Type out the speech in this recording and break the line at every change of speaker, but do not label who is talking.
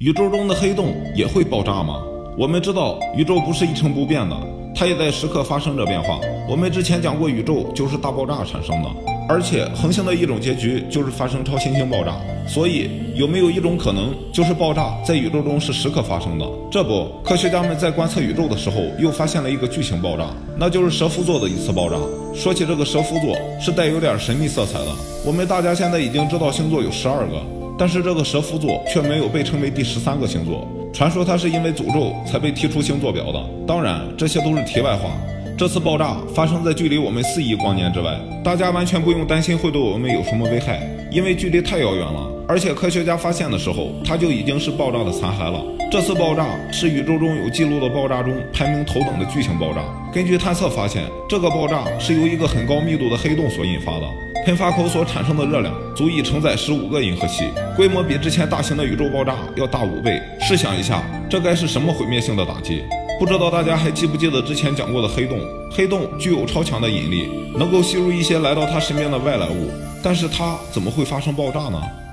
宇宙中的黑洞也会爆炸吗？我们知道宇宙不是一成不变的，它也在时刻发生着变化。我们之前讲过，宇宙就是大爆炸产生的，而且恒星的一种结局就是发生超新星爆炸。所以有没有一种可能，就是爆炸在宇宙中是时刻发生的？这不，科学家们在观测宇宙的时候又发现了一个巨型爆炸，那就是蛇夫座的一次爆炸。说起这个蛇夫座，是带有点神秘色彩的。我们大家现在已经知道星座有12个，但是这个蛇夫座却没有被称为第13个星座。传说它是因为诅咒才被踢出星座表的。当然，这些都是题外话。这次爆炸发生在距离我们4亿光年之外，大家完全不用担心会对我们有什么危害，因为距离太遥远了。而且科学家发现的时候，它就已经是爆炸的残骸了。这次爆炸是宇宙中有记录的爆炸中排名头等的巨型爆炸。根据探测发现，这个爆炸是由一个很高密度的黑洞所引发的，喷发口所产生的热量足以承载15个银河系，规模比之前大型的宇宙爆炸要大5倍。试想一下，这该是什么毁灭性的打击？不知道大家还记不记得之前讲过的黑洞？黑洞具有超强的引力，能够吸入一些来到它身边的外来物，但是它怎么会发生爆炸呢？